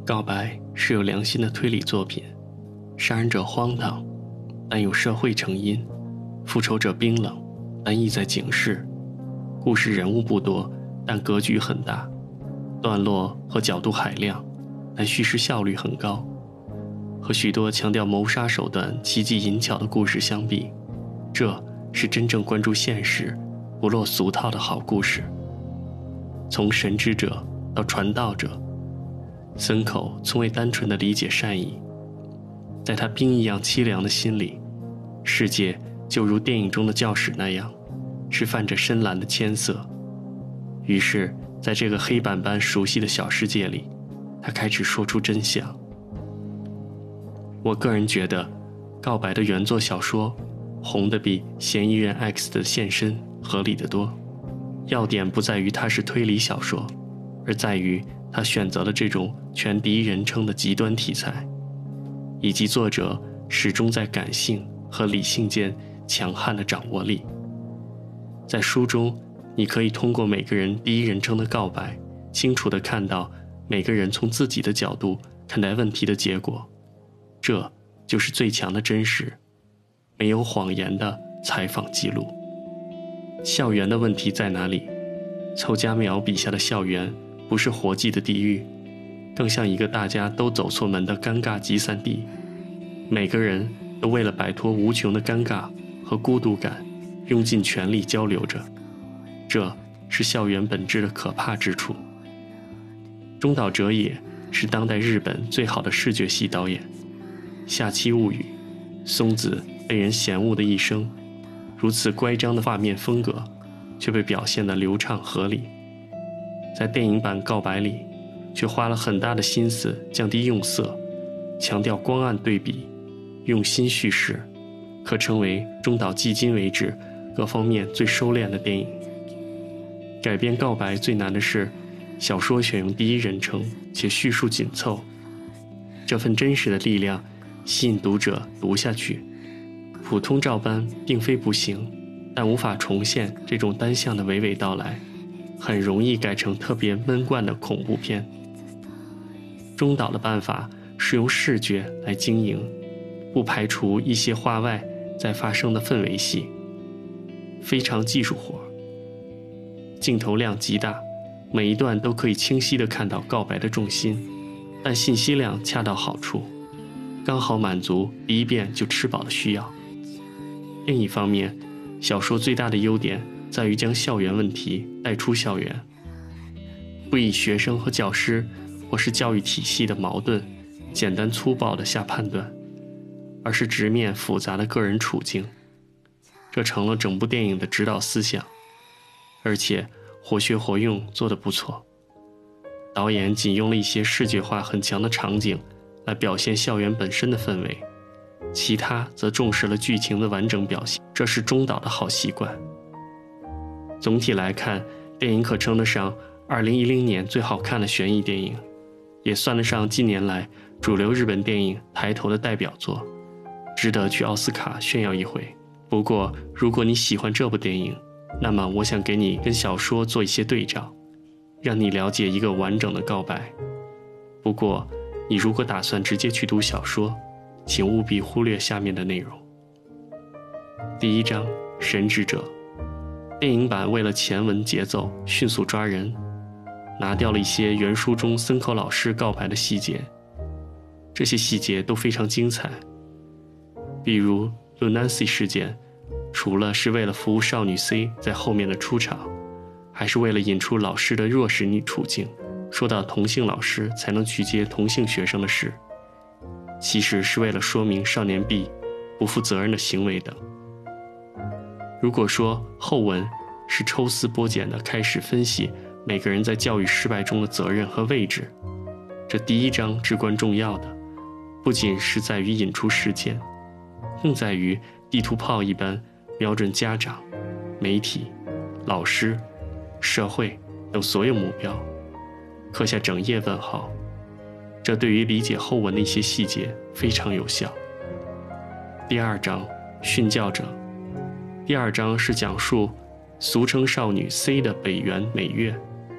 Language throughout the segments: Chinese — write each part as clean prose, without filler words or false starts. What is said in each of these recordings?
告白是有良心的推理作品，杀人者荒唐，但有社会成因；复仇者冰冷，但意在警示。故事人物不多，但格局很大；段落和角度海量，但叙事效率很高。和许多强调谋杀手段、奇技淫巧的故事相比，这是真正关注现实、不落俗套的好故事。从神职者到传道者，森口从未单纯地理解善意，在他冰一样凄凉的心里，世界就如电影中的教室那样，是泛着深蓝的铅色。于是在这个黑板般熟悉的小世界里，他开始说出真相。我个人觉得告白的原作小说红得比嫌疑人 X 的现身合理得多。要点不在于它是推理小说，而在于他选择了这种全第一人称的极端题材，以及作者始终在感性和理性间强悍的掌握力。在书中，你可以通过每个人第一人称的告白，清楚地看到每个人从自己的角度看待问题的结果。这就是最强的真实，没有谎言的采访记录。校园的问题在哪里？凑佳苗笔下的校园不是活祭的地狱，更像一个大家都走错门的尴尬集散地。每个人都为了摆脱无穷的尴尬和孤独感，用尽全力交流着。这是校园本质的可怕之处。中岛哲也是当代日本最好的视觉系导演。下期物语，松子被人嫌恶的一生，如此乖张的画面风格，却被表现得流畅合理。在电影版告白里，却花了很大的心思降低用色，强调光暗对比，用心叙事，可称为中岛迄今为止各方面最收敛的电影。改编告白最难的是，小说选用第一人称且叙述紧凑，这份真实的力量吸引读者读下去。普通照搬并非不行，但无法重现这种单向的娓娓道来，很容易改成特别闷惯的恐怖片。中岛的办法是用视觉来经营，不排除一些话外在发生的氛围戏，非常技术活。镜头量极大，每一段都可以清晰地看到告白的重心，但信息量恰到好处，刚好满足第一遍就吃饱的需要。另一方面，小说最大的优点在于将校园问题带出校园，不以学生和教师或是教育体系的矛盾简单粗暴地下判断，而是直面复杂的个人处境。这成了整部电影的指导思想，而且活学活用做得不错。导演仅用了一些视觉化很强的场景来表现校园本身的氛围，其他则重视了剧情的完整表现，这是中岛的好习惯。总体来看，电影可称得上2010年最好看的悬疑电影，也算得上近年来主流日本电影抬头的代表作，值得去奥斯卡炫耀一回。不过如果你喜欢这部电影，那么我想给你跟小说做一些对照，让你了解一个完整的告白。不过你如果打算直接去读小说，请务必忽略下面的内容。第一章，神职者。电影版为了前文节奏迅速抓人，拿掉了一些原书中森口老师告白的细节，这些细节都非常精彩。比如 Lunancy 事件，除了是为了服务少女 C 在后面的出场，还是为了引出老师的弱势女处境，说到同性老师才能去接同性学生的事，其实是为了说明少年 B 不负责任的行为等。如果说后文是抽丝剥茧地开始分析每个人在教育失败中的责任和位置，这第一章至关重要的不仅是在于引出事件，更在于地图炮一般瞄准家长、媒体、老师、社会等所有目标，刻下整页问号。这对于理解后文的一些细节非常有效。第二章，训教者。第二章是讲述俗称少女 C 的北原美月，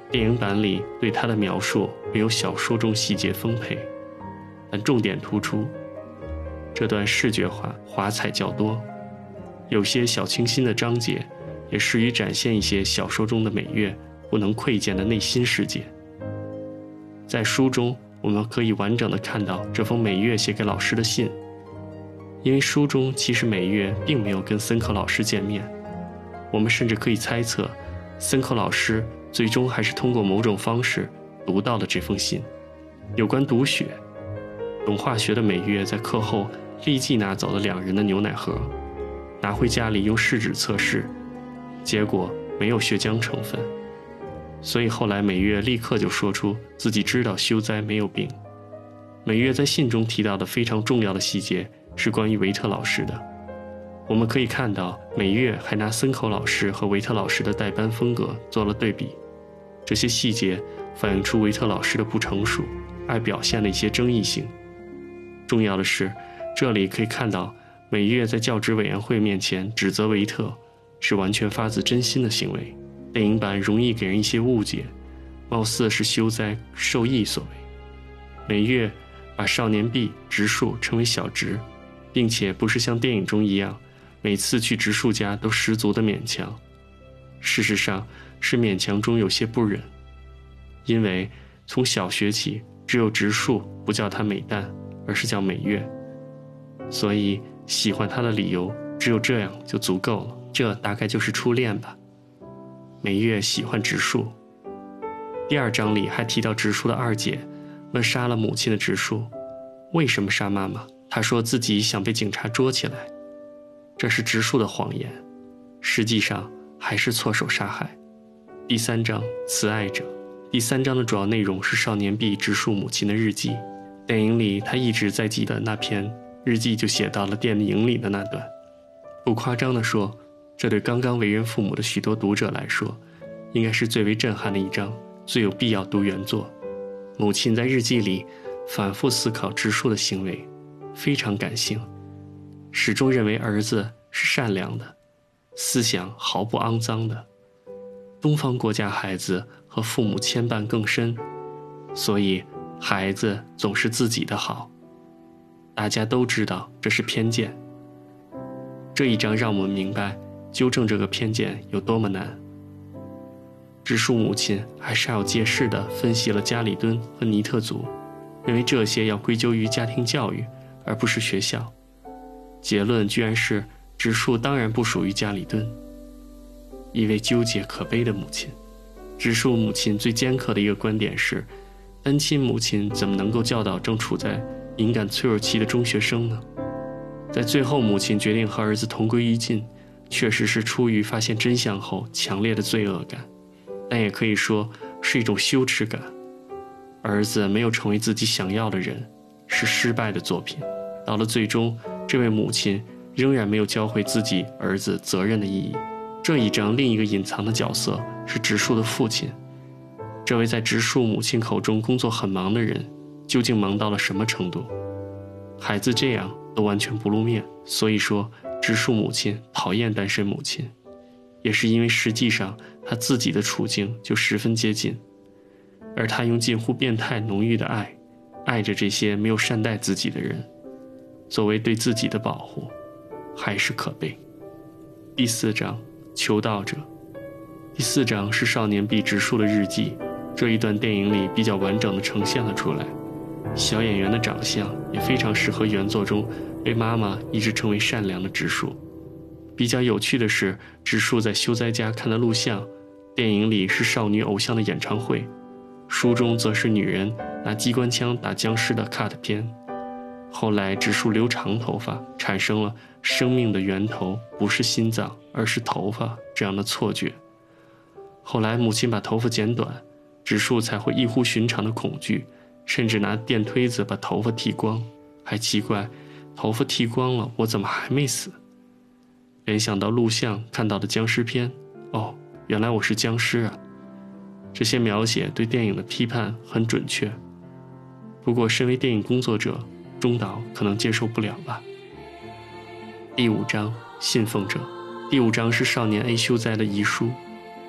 电影版里对他的描述没有小说中细节丰沛，但重点突出，这段视觉化华彩较多，有些小清新的章节也适于展现一些小说中的美月不能窥见的内心世界。在书中我们可以完整地看到这封美月写给老师的信，因为书中其实美月并没有跟森口老师见面，我们甚至可以猜测森口老师最终还是通过某种方式读到了这封信。有关读血，懂化学的美月在课后立即拿走了2人的牛奶盒，拿回家里用试纸测试，结果没有血浆成分，所以后来美月立刻就说出自己知道修哉没有病。美月在信中提到的非常重要的细节是关于维特老师的，我们可以看到美月还拿森口老师和维特老师的代班风格做了对比，这些细节反映出维特老师的不成熟，爱表现的一些争议性。重要的是，这里可以看到美月在教职委员会面前指责维特是完全发自真心的行为，电影版容易给人一些误解，貌似是修哉受益所为。美月把少年 B 直树称为小直，并且不是像电影中一样每次去直树家都十足的勉强，事实上是勉强中有些不忍，因为从小学起只有直树不叫她美蛋，而是叫美月，所以喜欢她的理由只有这样就足够了，这大概就是初恋吧。美月喜欢直树。第2章里还提到直树的二姐问杀了母亲的直树为什么杀妈妈，她说自己想被警察捉起来，这是直树的谎言，实际上还是错手杀害。第3章慈爱者，第3章的主要内容是少年 B 直树母亲的日记，电影里他一直在记的那篇日记就写到了电影里的那段。不夸张地说，这对刚刚为人父母的许多读者来说应该是最为震撼的一章，最有必要读原作。母亲在日记里反复思考直树的行为，非常感性，始终认为儿子是善良的，思想毫不肮脏的。东方国家孩子和父母牵绊更深，所以孩子总是自己的好。大家都知道这是偏见，这一章让我们明白纠正这个偏见有多么难。直树母亲还煞有介事地分析了加里敦和尼特族，认为这些要归咎于家庭教育而不是学校，结论居然是直树当然不属于加里敦。一位纠结可悲的母亲。直树母亲最尖刻的一个观点是，单亲母亲怎么能够教导正处在敏感脆弱期的中学生呢？在最后母亲决定和儿子同归于尽，确实是出于发现真相后强烈的罪恶感，但也可以说是一种羞耻感。儿子没有成为自己想要的人，是失败的作品。到了最终，这位母亲仍然没有教会自己儿子责任的意义。这一章另一个隐藏的角色是直树的父亲，这位在直树母亲口中工作很忙的人，究竟忙到了什么程度？孩子这样都完全不露面，所以说直树母亲讨厌单身母亲，也是因为实际上她自己的处境就十分接近，而她用近乎变态浓郁的爱，爱着这些没有善待自己的人，作为对自己的保护，还是可悲。第4章求道者。第4章是少年 B 直树的日记，这一段电影里比较完整地呈现了出来。小演员的长相也非常适合原作中被妈妈一直称为善良的直树。比较有趣的是，直树在修哉家看的录像，电影里是少女偶像的演唱会，书中则是女人拿机关枪打僵尸的 cut 片。后来直树留长头发，产生了生命的源头不是心脏而是头发这样的错觉。后来母亲把头发剪短，直树才会异乎寻常的恐惧，甚至拿电推子把头发剃光，还奇怪头发剃光了我怎么还没死。联想到录像看到的僵尸片，哦，原来我是僵尸啊。这些描写对电影的批判很准确，不过身为电影工作者，中岛可能接受不了吧。第5章信奉者。第5章是少年 A 修哉的遗书。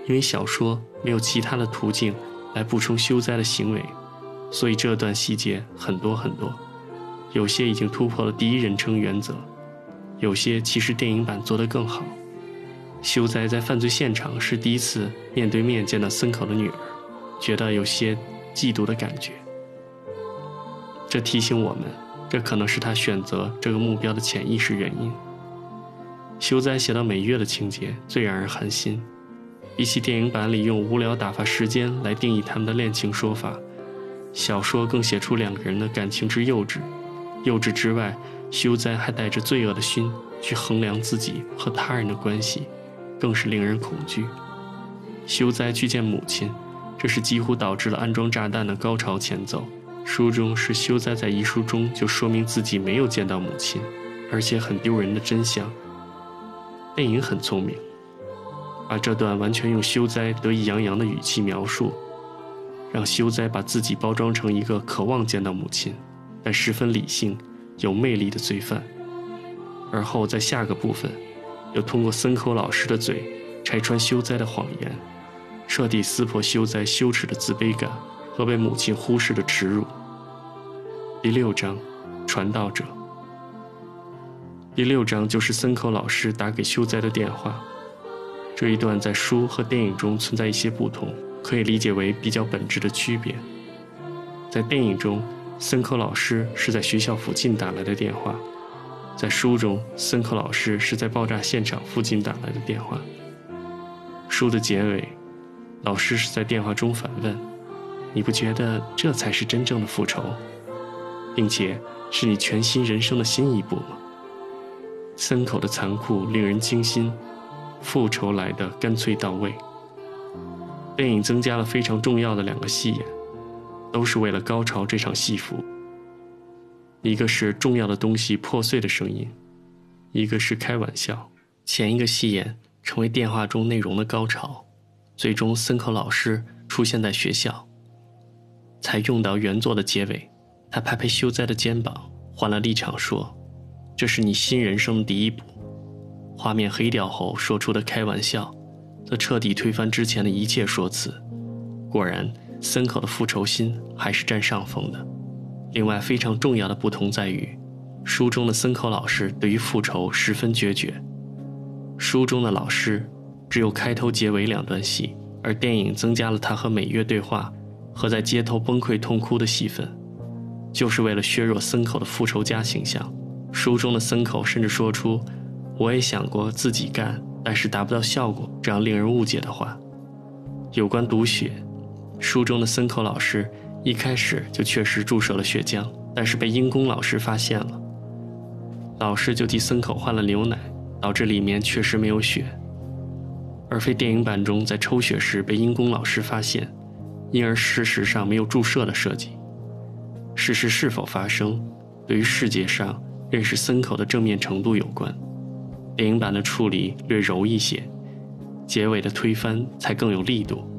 因为小说没有其他的途径来补充修哉的行为，所以这段细节很多很多，有些已经突破了第一人称原则，有些其实电影版做得更好。修哉在犯罪现场是第一次面对面见到森口的女儿，觉得有些嫉妒的感觉。这提醒我们，这可能是他选择这个目标的潜意识原因。修哉写到美月的情节最让人寒心，比起电影版里用无聊打发时间来定义他们的恋情说法，小说更写出两个人的感情之幼稚。幼稚之外，修哉还带着罪恶的心去衡量自己和他人的关系，更是令人恐惧。修哉去见母亲，这是几乎导致了安装炸弹的高潮前奏。书中是修哉在遗书中就说明自己没有见到母亲，而且很丢人的真相。电影很聪明，把这段完全用修哉得意洋洋的语气描述，让修哉把自己包装成一个渴望见到母亲但十分理性有魅力的罪犯，而后在下个部分又通过森口老师的嘴拆穿修哉的谎言，彻底撕破修哉羞耻的自卑感和被母亲忽视的耻辱。第6章，传道者。第6章就是森口老师打给修哉的电话。这一段在书和电影中存在一些不同，可以理解为比较本质的区别。在电影中，森口老师是在学校附近打来的电话，在书中，森口老师是在爆炸现场附近打来的电话。书的结尾，老师是在电话中反问：你不觉得这才是真正的复仇，并且是你全新人生的新一步吗？森口的残酷令人惊心，复仇来得干脆到位。电影增加了非常重要的2个戏眼，都是为了高潮这场戏服。一个是重要的东西破碎的声音，一个是开玩笑。前一个戏眼成为电话中内容的高潮，最终森口老师出现在学校，才用到原作的结尾。他拍拍修哉的肩膀，换了立场说：这是你新人生的第一步。画面黑掉后说出的开玩笑，则彻底推翻之前的一切说辞。果然，森口的复仇心还是占上风的。另外非常重要的不同在于，书中的森口老师对于复仇十分决绝。书中的老师只有开头结尾2段戏，而电影增加了他和美月对话和在街头崩溃痛哭的戏份，就是为了削弱森口的复仇家形象。书中的森口甚至说出我也想过自己干，但是达不到效果，这样令人误解的话。有关毒血，书中的森口老师一开始就确实注射了血浆，但是被鹰宫老师发现了，老师就替森口换了牛奶，导致里面确实没有血，而非电影版中在抽血时被鹰宫老师发现，因而事实上没有注射的设计。事实是否发生，对于世界上认识森口的正面程度有关。电影版的处理略柔一些，结尾的推翻才更有力度。